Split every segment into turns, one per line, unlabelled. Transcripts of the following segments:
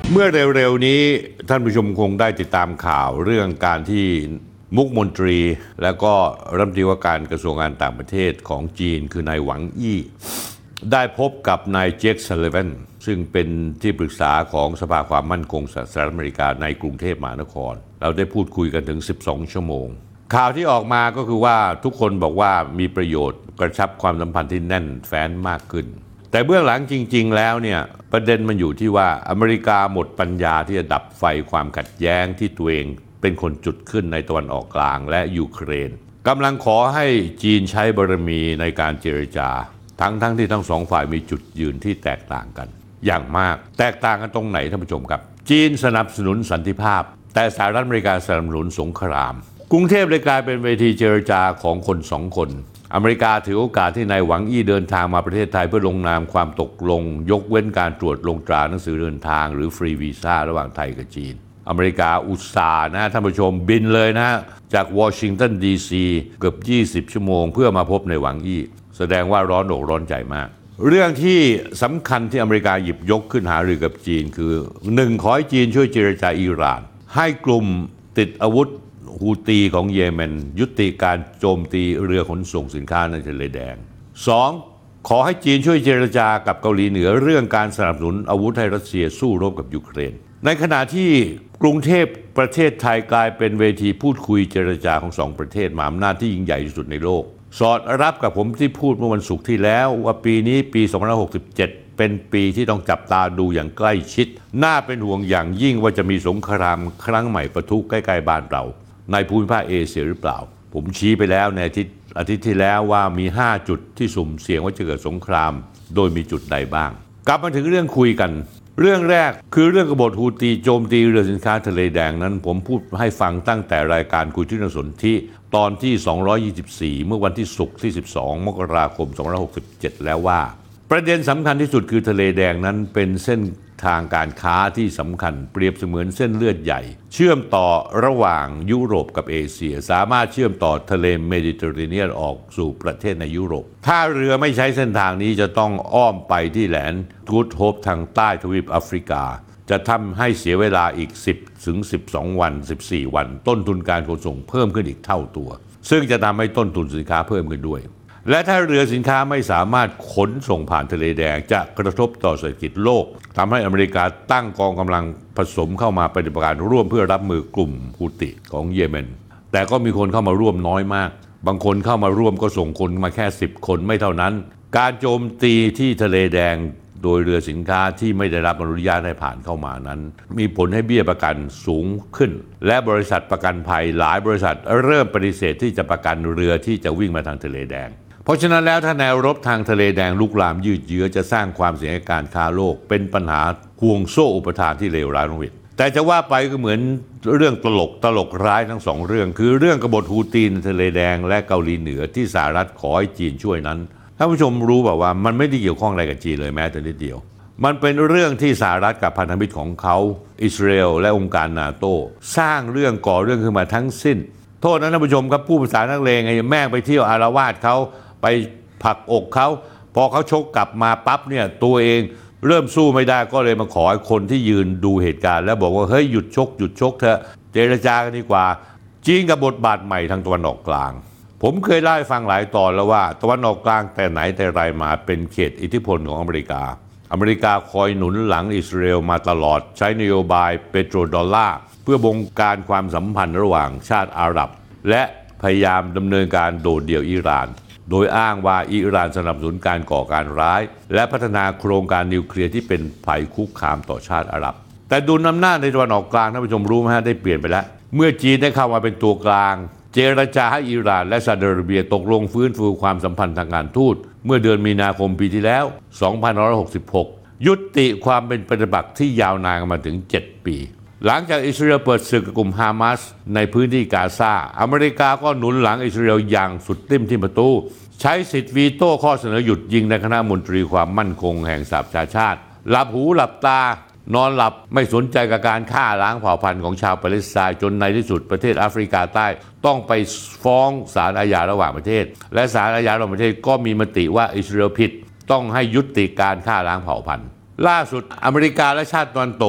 เมื่อเร็วๆนี้ท่านผู้ชมคงได้ติดตามข่าวเรื่องการที่มุขมนตรีและก็รัฐมนตรีว่าการกระทรวงการต่างประเทศของจีนคือนายหวังอี้ได้พบกับนายเจค ซัลลิแวนซึ่งเป็นที่ปรึกษาของสภาความมั่นคงสหรัฐอเมริกาในกรุงเทพมหานครเราได้พูดคุยกันถึง12ชั่วโมงข่าวที่ออกมาก็คือว่าทุกคนบอกว่ามีประโยชน์กระชับความสัมพันธ์ที่แน่นแฟ้นมากขึ้นแต่เบื้องหลังจริงๆแล้วเนี่ยประเด็นมันอยู่ที่ว่าอเมริกาหมดปัญญาที่จะดับไฟความขัดแย้งที่ตัวเองเป็นคนจุดขึ้นในตะวันออกกลางและยูเครนกำลังขอให้จีนใช้บารมีในการเจรจาทั้งที่ทั้งสองฝ่ายมีจุดยืนที่แตกต่างกันอย่างมากแตกต่างกันตรงไหนท่านผู้ชมครับจีนสนับสนุนสันติภาพแต่สหรัฐอเมริกาสนับสนุนสงครามกรุงเทพเลยกลายเป็นเวทีเจรจาของคนสองคนอเมริกาถือโอกาสที่นายหวังอี้เดินทางมาประเทศไทยเพื่อลงนามความตกลงยกเว้นการตรวจลงตราหนังสือเดินทางหรือฟรีวีซ่าระหว่างไทยกับจีนอเมริกาอุตส่าห์นะท่านผู้ชมบินเลยนะจากวอชิงตันดีซีเกือบ20ชั่วโมงเพื่อมาพบนายหวังอี้แสดงว่าร้อนอกร้อนใจมากเรื่องที่สำคัญที่อเมริกาหยิบยกขึ้นหารือกับจีนคือ1ขอให้จีนช่วยเจรจาอิหร่านให้กลุ่มติดอาวุธฮูตีของเยเมนยุติการโจมตีเรือขนส่งสินค้าในทะเลแดง 2. ขอให้จีนช่วยเจรจากับเกาหลีเหนือเรื่องการสนับสนุนอาวุธให้รัสเซียสู้รบกับยูเครนในขณะที่กรุงเทพประเทศไทยกลายเป็นเวทีพูดคุยเจรจาของสองประเทศมหาอำนาจที่ยิ่งใหญ่ที่สุดในโลกสอดรับกับผมที่พูดเมื่อวันศุกร์ที่แล้วว่าปีนี้ปี2567เป็นปีที่ต้องจับตาดูอย่างใกล้ชิดน่าเป็นห่วงอย่างยิ่งว่าจะมีสงครามครั้งใหม่ปะทุใกล้ๆบ้านเราในภูมิภาคเอเชียหรือเปล่าผมชี้ไปแล้วในอาทิตย์ที่แล้วว่ามี5จุดที่สุ่มเสี่ยงว่าจะเกิดสงครามโดยมีจุดใดบ้างกลับมาถึงเรื่องคุยกันเรื่องแรกคือเรื่องกบฏฮูตีโจมตีเรือสินค้าทะเลแดงนั้นผมพูดให้ฟังตั้งแต่รายการคุยที่นสนธิตอนที่224เมื่อวันที่ศุกร์ที่12มกราคม2567แล้วว่าประเด็นสำคัญที่สุดคือทะเลแดงนั้นเป็นเส้นทางการค้าที่สำคัญเปรียบเสมือนเส้นเลือดใหญ่เชื่อมต่อระหว่างยุโรปกับเอเชียสามารถเชื่อมต่อทะเลเมดิเตอร์เรเนียนออกสู่ประเทศในยุโรปถ้าเรือไม่ใช้เส้นทางนี้จะต้องอ้อมไปที่แหลมกูดโฮปทางใต้ทวีปแอฟริกาจะทำให้เสียเวลาอีก10 ถึง 12 วัน 14 วันต้นทุนการขนส่งเพิ่มขึ้นอีกเท่าตัวซึ่งจะทำให้ต้นทุนสินค้าเพิ่มขึ้นด้วยและถ้าเรือสินค้าไม่สามารถขนส่งผ่านทะเลแดงจะกระทบต่อเศรษฐกิจโลกทำให้อเมริกาตั้งกองกำลังผสมเข้ามาปฏิบัติการร่วมเพื่อรับมือกลุ่มฮูติของเยเมนแต่ก็มีคนเข้ามาร่วมน้อยมากบางคนเข้ามาร่วมก็ส่งคนมาแค่10 คนไม่เท่านั้นการโจมตีที่ทะเลแดงโดยเรือสินค้าที่ไม่ได้รับอนุญาตให้ผ่านเข้ามานั้นมีผลให้เบี้ยประกันสูงขึ้นและบริษัทประกันภัยหลายบริษัทเริ่มปฏิเสธที่จะประกันเรือที่จะวิ่งมาทางทะเลแดงเพราะฉะนั้นแล้วถ้าแนวรบทางทะเลแดงลุกลามยืดเยื้อจะสร้างความเสี่ยงให้การค้าโลกเป็นปัญหาห่วงโซ่อุปทานที่เลวร้ายลงไปแต่จะว่าไปก็เหมือนเรื่องตลกร้ายทั้งสองเรื่องคือเรื่องกบฏฮูตีในทะเลแดงและเกาหลีเหนือที่สหรัฐขอให้จีนช่วยนั้นท่านผู้ชมรู้แบบว่ามันไม่ได้เกี่ยวข้องอะไรกับจีนเลยแม้แต่นิดเดียวมันเป็นเรื่องที่สหรัฐกับพันธมิตรของเขาอิสราเอลและองค์การนาโต้สร้างเรื่องก่อเรื่องขึ้นมาทั้งสิ้นโทษนะท่านผู้ชมครับผู้ภาษานักเลงไอ้แม่งไปเที่ยวอารวาสเขาไปผลักอกเขาพอเขาชกกลับมาปั๊บเนี่ยตัวเองเริ่มสู้ไม่ได้ก็เลยมาขอให้คนที่ยืนดูเหตุการณ์แล้วบอกว่าเฮ้ยหยุดชกเถอะเจรจากันดีกว่าจีนกับบทบาทใหม่ทางตะวันออกกลางผมเคยเล่าให้ฟังหลายตอนแล้วว่าตะวันออกกลางแต่ไหนแต่ไรมาเป็นเขตอิทธิพลของอเมริกาคอยหนุนหลังอิสราเอลมาตลอดใช้นโยบายเปโตรดอลลาร์เพื่อบงการความสัมพันธ์ระหว่างชาติอาหรับและพยายามดำเนินการโดดเดี่ยวอิหร่านโดยอ้างว่าอิหร่านสนับสนุนการก่อการร้ายและพัฒนาโครงการนิวเคลียร์ที่เป็นภัยคุกคามต่อชาติอาหรับแต่ดุลอำนาจในตะวันออกกลางท่านผู้ชมรู้ไหมฮะได้เปลี่ยนไปแล้วเมื่อจีนได้เข้ามาเป็นตัวกลางเจรจาให้อิหร่านและซาอุดิอาระเบียตกลงฟื้นฟูความสัมพันธ์ทางการทูตเมื่อเดือนมีนาคมปีที่แล้ว2566ยุติความเป็นปฏิบัติที่ยาวนานมาถึง7 ปีหลังจากอิสราเอลเปิดศึกกับกลุ่มฮามาสในพื้นที่กาซาอเมริกาก็หนุนหลังอิสราเอลอย่างสุดติ้มที่ประตูใช้สิทธิ์วีโต้ข้อเสนอหยุดยิงในคณะมนตรีความมั่นคงแห่งสหประชาชาติหลับหูหลับตานอนหลับไม่สนใจกับการฆ่าล้างเผ่าพันธุ์ของชาวปาเลสไตน์จนในที่สุดประเทศแอฟริกาใต้ต้องไปฟ้องศาลอาญาระหว่างประเทศและศาลอาญาระหว่างประเทศก็มีมติว่าอิสราเอลผิดต้องให้ยุติการฆ่าล้างเผ่าพันธุ์ล่าสุดอเมริกาและชาติตะวันตก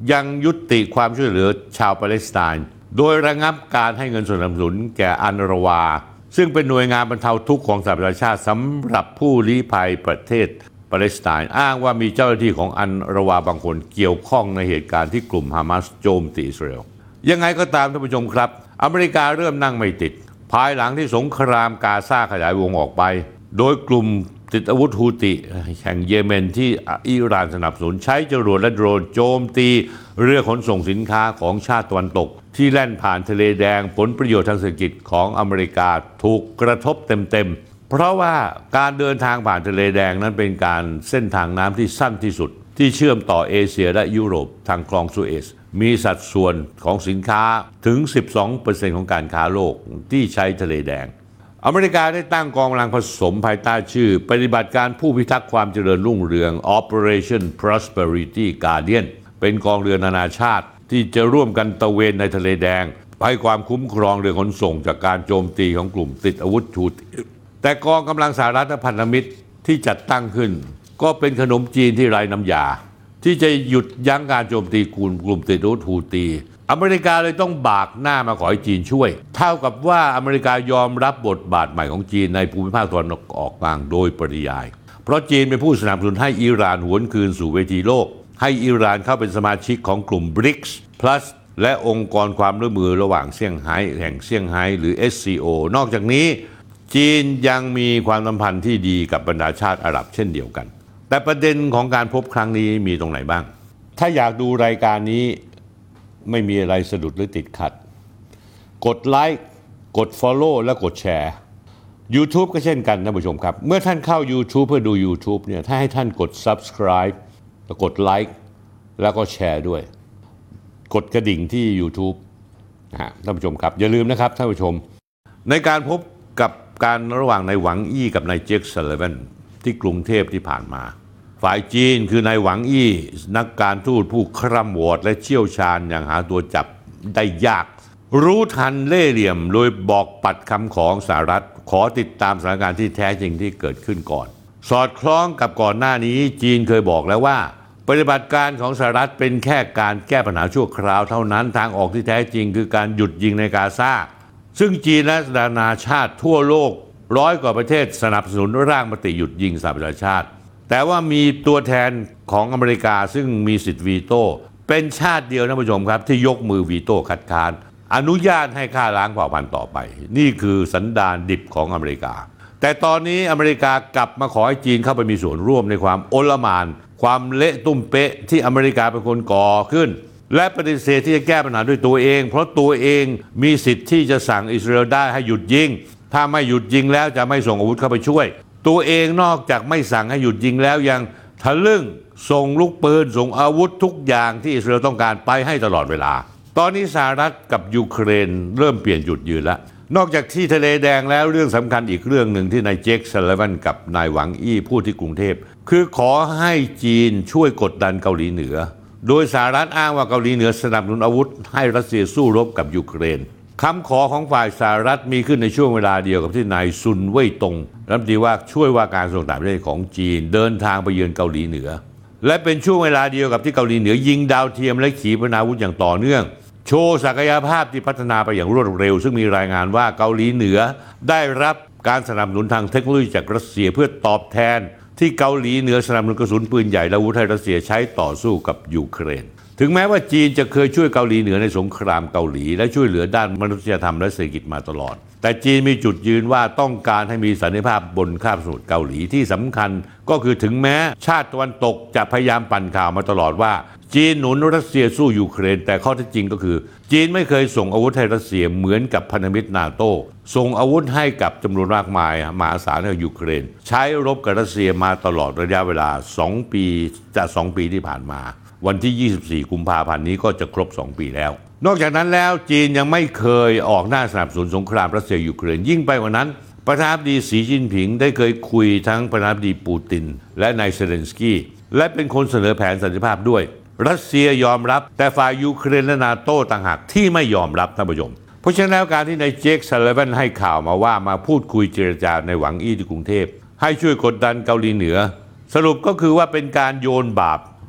ยังยุติความช่วยเหลือชาวปาเลสไตน์โดยระงับการให้เงินสนับสนุนแก่อันรวาซึ่งเป็นหน่วยงานบรรเทาทุกข์ของสหประชาชาติสำหรับผู้ลี้ภัยประเทศปาเลสไตน์อ้างว่ามีเจ้าหน้าที่ของอันรวาบางคนเกี่ยวข้องในเหตุการณ์ที่กลุ่มฮามาสโจมตีอิสราเอลยังไงก็ตามท่านผู้ชมครับอเมริกาเริ่มนั่งไม่ติดภายหลังที่สงครามกาซาขยายวงออกไปโดยกลุ่มติดอาวุธฮูติแห่งเยเมนที่อิหร่านสนับสนุนใช้จรวดและโดรนโจมตีเรือขนส่งสินค้าของชาติตะวันตกที่แล่นผ่านทะเลแดงผลประโยชน์ทางเศรษฐกิจของอเมริกาถูกกระทบเต็มๆเพราะว่าการเดินทางผ่านทะเลแดงนั้นเป็นการเส้นทางน้ำที่สั้นที่สุดที่เชื่อมต่อเอเชียและยุโรปทางคลองสุเอซมีสัดส่วนของสินค้าถึง 12% ของการค้าโลกที่ใช้ทะเลแดงอเมริกาได้ตั้งกองกำลังผสมภายใต้ชื่อปฏิบัติการผู้พิทักษ์ความเจริญรุ่งเรือง Operation Prosperity Guardian เป็นกองเรือนานาชาติที่จะร่วมกันตระเวนในทะเลแดงให้ความคุ้มครองเรือขนส่งจากการโจมตีของกลุ่มติดอาวุธฮูติแต่กองกำลังสหรัฐและพันธมิตรที่จัดตั้งขึ้นก็เป็นขนมจีนที่ไร้น้ำยาที่จะหยุดยั้งการโจมตีกลุ่มติดอาวุธฮูติอเมริกาเลยต้องบากหน้ามาขอให้จีนช่วยเท่ากับว่าอเมริกายอมรับบทบาทใหม่ของจีนในภูมิภาคตะวันออกกลางโดยปริยายเพราะจีนเป็นผู้สนับสนุนให้อิหร่านหวนคืนสู่เวทีโลกให้อิหร่านเข้าเป็นสมาชิกของกลุ่ม BRICS Plus และองค์กรความร่วมมือระหว่างเซี่ยงไฮ้แห่งเซี่ยงไฮ้หรือ SCO นอกจากนี้จีนยังมีความสัมพันธ์ที่ดีกับบรรดาชาติอาหรับเช่นเดียวกันแต่ประเด็นของการพบครั้งนี้มีตรงไหนบ้างถ้าอยากดูรายการนี้ไม่มีอะไรสะดุดหรือติดขัดกดไลค์กด Follow และกดแชร์ YouTube ก็เช่นกันท่านผู้ชมครับเมื่อท่านเข้า YouTube เพื่อดู YouTube เนี่ยถ้าให้ท่านกด Subscribe แล้วกดไลค์แล้วก็แชร์ด้วยกดกระดิ่งที่ YouTube ท่านผู้ชมครับอย่าลืมนะครับท่านผู้ชมในการพบกับการระหว่างนายหวังอี้กับนายเจคซัลลิแวนที่กรุงเทพที่ผ่านมาฝ่ายจีนคือนายหวังอี้นักการทูตผู้คร่ำวอดและเชี่ยวชาญอย่างหาตัวจับได้ยากรู้ทันเล่ห์เหลี่ยมโดยบอกปัดคำของสหรัฐขอติดตามสถานการณ์ที่แท้จริงที่เกิดขึ้นก่อนสอดคล้องกับก่อนหน้านี้จีนเคยบอกแล้วว่าปฏิบัติการของสหรัฐเป็นแค่การแก้ปัญหาชั่วคราวเท่านั้นทางออกที่แท้จริงคือการหยุดยิงในกาซาซึ่งจีนและนานาชาติทั่วโลก100 กว่าประเทศสนับสนุนร่างมติหยุดยิงสหประชาชาติแต่ว่ามีตัวแทนของอเมริกาซึ่งมีสิทธิ์วีโต้เป็นชาติเดียวท่านผู้ชมครับที่ยกมือวีโต้คัดค้านอนุญาตให้ฆ่าล้างเผ่าพันธุ์ต่อไปนี่คือสันดานดิบของอเมริกาแต่ตอนนี้อเมริกากลับมาขอให้จีนเข้าไปมีส่วนร่วมในความโอลหม่านความเละตุ้มเป๊ะที่อเมริกาเป็นคนก่อขึ้นและปฏิเสธที่จะแก้ปัญหาด้วยตัวเองเพราะตัวเองมีสิทธิ์ที่จะสั่งอิสราเอลได้ให้หยุดยิงถ้าไม่หยุดยิงแล้วจะไม่ส่งอาวุธเข้าไปช่วยตัวเองนอกจากไม่สั่งให้หยุดยิงแล้วยังทะลึ่งส่งลูกปืนส่งอาวุธทุกอย่างที่อิสราเอลต้องการไปให้ตลอดเวลาตอนนี้สหรัฐกับยูเครนเริ่มเปลี่ยนจุดยืนแล้วนอกจากที่ทะเลแดงแล้วเรื่องสำคัญอีกเรื่องหนึ่งที่นายเจคซัลลิแวนกับนายหวังอี้พูดที่กรุงเทพคือขอให้จีนช่วยกดดันเกาหลีเหนือโดยสหรัฐอ้างว่าเกาหลีเหนือสนับสนุนอาวุธให้รัสเซียสู้รบกับยูเครนคำขอของฝ่ายสหรัฐมีขึ้นในช่วงเวลาเดียวกับที่นายซุนเว่ยตงรัฐมนตรีว่าช่วยว่าการกระทรวงต่างประเทศของจีนเดินทางไปเยือนเกาหลีเหนือและเป็นช่วงเวลาเดียวกับที่เกาหลีเหนือยิงดาวเทียมและขีปนาวุธอย่างต่อเนื่องโชว์ศักยภาพที่พัฒนาไปอย่างรวดเร็วซึ่งมีรายงานว่าเกาหลีเหนือได้รับการสนับสนุนทางเทคโนโลยีจากรัสเซียเพื่อตอบแทนที่เกาหลีเหนือสนับสนุนกระสุนปืนใหญ่และอาวุธให้รัสเซียใช้ต่อสู้กับยูเครนถึงแม้ว่าจีนจะเคยช่วยเกาหลีเหนือในสงครามเกาหลีและช่วยเหลือด้านมนุษยธรรมและเศรษฐกิจมาตลอดแต่จีนมีจุดยืนว่าต้องการให้มีสันติภาพบนคาบสมุทรเกาหลีที่สำคัญก็คือถึงแม้ชาติตะวันตกจะพยายามปั่นข่าวมาตลอดว่าจีนหนุนรัสเซียสู้ยูเครนแต่ข้อเท็จจริงก็คือจีนไม่เคยส่งอาวุธให้รัสเซียเหมือนกับพันธมิตรนาโต้ส่งอาวุธให้กับจำนวนมากมายมหาศาลให้ยูเครนใช้รบกับรัสเซียมาตลอดระยะเวลา2 ปีจาก2 ปีที่ผ่านมาวันที่ 24 กุมภาพันธ์นี้ก็จะครบ 2 ปีแล้วนอกจากนั้นแล้วจีนยังไม่เคยออกหน้าสนับสนุนสงครามรัสเซียยูเครนยิ่งไปกว่านั้นประธานาธิบดีสีจิ้นผิงได้เคยคุยทั้งประธานาธิบดีปูตินและนายเซเลนสกี้และเป็นคนเสนอแผนสันติภาพด้วยรัสเซียยอมรับแต่ฝ่ายยูเครนและนาโต้ต่างหากที่ไม่ยอมรับท่านผู้ชมเพราะฉะนั้นแล้วการที่นายเจคซัลลิแวนให้ข่าวมาว่ามาพูดคุยเจรจาในหวังอี้ที่กรุงเทพให้ช่วยกดดันเกาหลีเหนือสรุปก็คือว่าเป็นการโยนบาป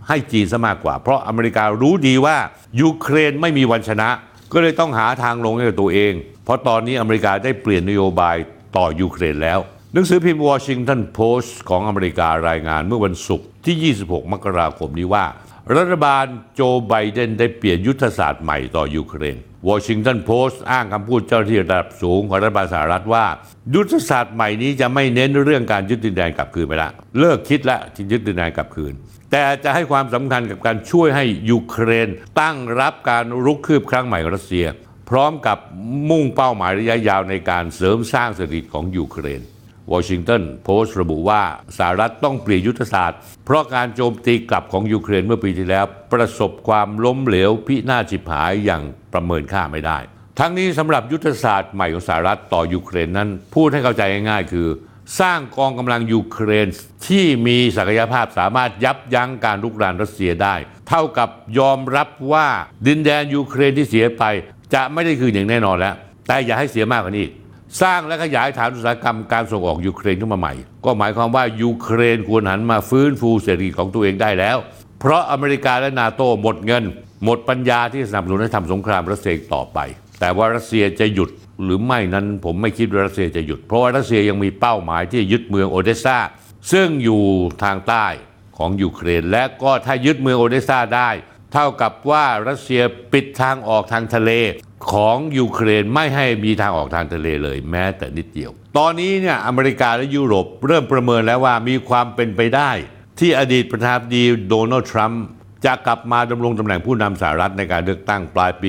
ให้จีนซะมากกว่าเพราะอเมริการู้ดีว่ายูเครนไม่มีวันชนะก็เลยต้องหาทางลงให้กับตัวเองเพราะตอนนี้อเมริกาได้เปลี่ยนนโยบายต่อยูเครนแล้วหนังสือพิมพ์วอชิงตันโพสต์ของอเมริการายงานเมื่อวันศุกร์ที่ 26 มกราคมนี้ว่ารัฐบาลโจไบเดนได้เปลี่ยนยุทธศาสตร์ใหม่ต่อยูเครนวอชิงตันโพสต์อ้างคำพูดเจ้าหน้าที่ระดับสูงของรัฐบาลสหรัฐว่ายุทธศาสตร์ใหม่นี้จะไม่เน้นเรื่องการยึดดินแดนกลับคืนไปละเลิกคิดละที่ยึดดินแดนกลับคืนแต่จะให้ความสำคัญกับการช่วยให้ยูเครนตั้งรับการรุกคืบครั้งใหม่ของรัสเซียพร้อมกับมุ่งเป้าหมายระยะยาวในการเสริมสร้างเศรษฐกิจของยูเครนวอชิงตันโพสต์ระบุว่าสหรัฐต้องเปลี่ยนยุทธศาสตร์เพราะการโจมตีกลับของยูเครนเมื่อปีที่แล้วประสบความล้มเหลวพินาศฉิบหายอย่างประเมินค่าไม่ได้ทั้งนี้สำหรับยุทธศาสตร์ใหม่ของสหรัฐต่อยูเครนนั้นพูดให้เข้าใจง่ายๆคือสร้างกองกำลังยูเครนที่มีศักยภาพสามารถยับยั้งการรุกรานรัสเซียได้เท่ากับยอมรับว่าดินแดนยูเครนที่เสียไปจะไม่ได้คืนอย่างแน่นอนแล้วแต่อย่าให้เสียมากกว่านี้สร้างและขยายฐานอุตสาหกรรมการส่งออกยูเครนขึ้นมาใหม่ก็หมายความว่ายูเครนควรหันมาฟื้นฟูเศรษฐกิจของตัวเองได้แล้วเพราะอเมริกาและนาโต้หมดเงินหมดปัญญาที่สนับสนุนให้ทำสงครามรัสเซียต่อไปแต่ว่ารัสเซียจะหยุดหรือไม่นั้นผมไม่คิดว่ารัสเซียจะหยุดเพราะว่ารัสเซียยังมีเป้าหมายที่จะยึดเมืองโอเดสซาซึ่งอยู่ทางใต้ของยูเครนและก็ถ้ายึดเมืองโอเดสซาได้เท่ากับว่ารัสเซียปิดทางออกทางทะเลของยูเครนไม่ให้มีทางออกทางทะเลเลยแม้แต่นิดเดียวตอนนี้เนี่ยอเมริกาและยุโรปเริ่มประเมินแล้วว่ามีความเป็นไปได้ที่อดีตประธานาธิบดีโดนัลด์ทรัมป์จะกลับมาดำรงตำแหน่งผู้นำสหรัฐในการเลือกตั้งปลายปี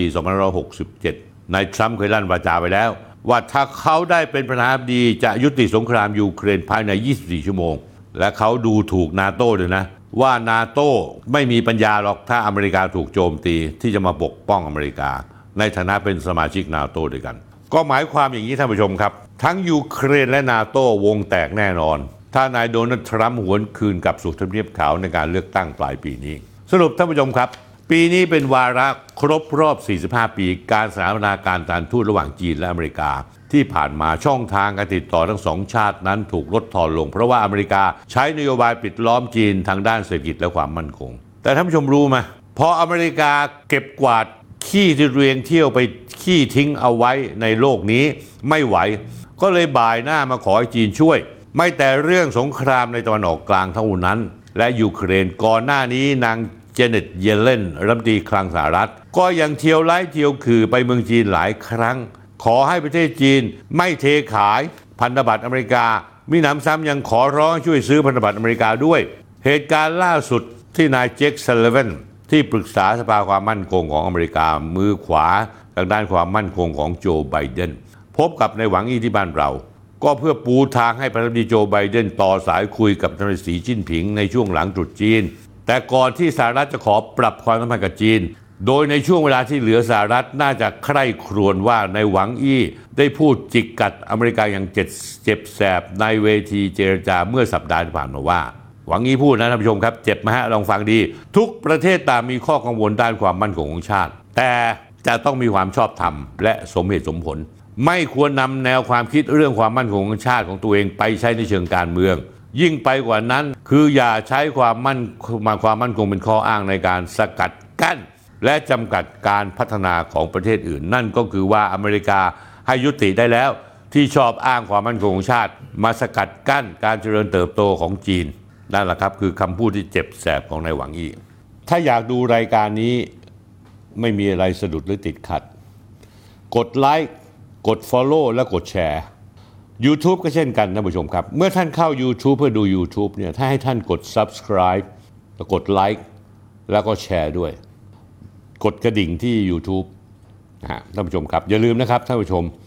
2567 นายทรัมป์เคยลั่นวาจาไปแล้วว่าถ้าเขาได้เป็นประธานาธิบดีจะยุติสงครามยูเครนภายใน 24 ชั่วโมงและเขาดูถูกนาโต้ด้วยนะว่านาโต้ไม่มีปัญญาหรอกถ้าอเมริกาถูกโจมตีที่จะมาปกป้องอเมริกาในฐานะเป็นสมาชิกนาโต้ด้วยกันก็หมายความอย่างนี้ท่านผู้ชมครับทั้งยูเครนและนาโต้วงแตกแน่นอนถ้านายโดนัลด์ทรัมป์หวนคืนกลับสู่ทำเนียบขาวในการเลือกตั้งปลายปีนี้สรุปท่านผู้ชมครับปีนี้เป็นวาระครบรอบ 45 ปีการสถาปนาการการทูตระหว่างจีนและอเมริกาที่ผ่านมาช่องทางการติดต่อทั้งสองชาตินั้นถูกลดทอนลงเพราะว่าอเมริกาใช้นโยบายปิดล้อมจีนทางด้านเศรษฐกิจและความมั่นคงแต่ท่านผู้ชมรู้ไหมพออเมริกาเก็บกวาดขี้ที่เรียงเที่ยวไปขี้ทิ้งเอาไว้ในโลกนี้ไม่ไหวก็เลยบ่ายหน้ามาขอให้จีนช่วยไม่แต่เรื่องสงครามในตะวันออกกลางเท่านั้นและยูเครนก่อนหน้านี้นางเจเน็ตเยเลนรัฐมนตรีคลังสหรัฐก็ยังเที่ยวไล่เที่ยวคือไปเมืองจีนหลายครั้งขอให้ประเทศจีนไม่เทขายพันธบัตรอเมริกามีหนำซ้ำยังขอร้องช่วยซื้อพันธบัตรอเมริกาด้วยเหตุการณ์ล่าสุดที่นายเจคซัลลิแวนที่ปรึกษาสภาความมั่นคงของอเมริกามือขวาทางด้านความมั่นคงของโจไบเดนพบกับในหวังอี้ที่บ้านเราก็เพื่อปูทางให้ประธานาธิบดีโจไบเดนต่อสายคุยกับประธานาธิบดีสีจิ้นผิงในช่วงหลังตรุษจีนแต่ก่อนที่สหรัฐจะขอปรับความสัมพันธ์กับจีนโดยในช่วงเวลาที่เหลือสหรัฐน่าจะใคร่ครวญว่าในหวังอี้ได้พูดจิกกัดอเมริกาอย่างเจ็บแสบในเวทีเจรจาเมื่อสัปดาห์ที่ผ่านมาว่าหวังอี้พูดนะท่านผู้ชมครับเจ็บไหมฮะลองฟังดีทุกประเทศต่างมีข้อกังวลด้านความมั่นคงของชาติแต่จะต้องมีความชอบธรรมและสมเหตุสมผลไม่ควรนำแนวความคิดเรื่องความมั่นคงของชาติของตัวเองไปใช้ในเชิงการเมืองยิ่งไปกว่านั้นคืออย่าใช้ความมั่นคงเป็นข้ออ้างในการสกัดกั้นและจำกัดการพัฒนาของประเทศอื่นนั่นก็คือว่าอเมริกาให้ยุติได้แล้วที่ชอบอ้างความมั่นคงของชาติมาสกัดกั้นการเจริญเติบโตของจีนนั่นแหละครับคือคำพูดที่เจ็บแสบของนายหวังอี้ถ้าอยากดูรายการนี้ไม่มีอะไรสะดุดหรือติดขัดกดไลค์กด Follow และกดแชร์ YouTube ก็เช่นกันท่านผู้ชมครับเมื่อท่านเข้า YouTube เพื่อดู YouTube เนี่ยถ้าให้ท่านกด Subscribe แล้วกดไลค์แล้วก็แชร์ด้วยกดกระดิ่งที่ YouTube ท่านผู้ชมครับอย่าลืมนะครับท่านผู้ชม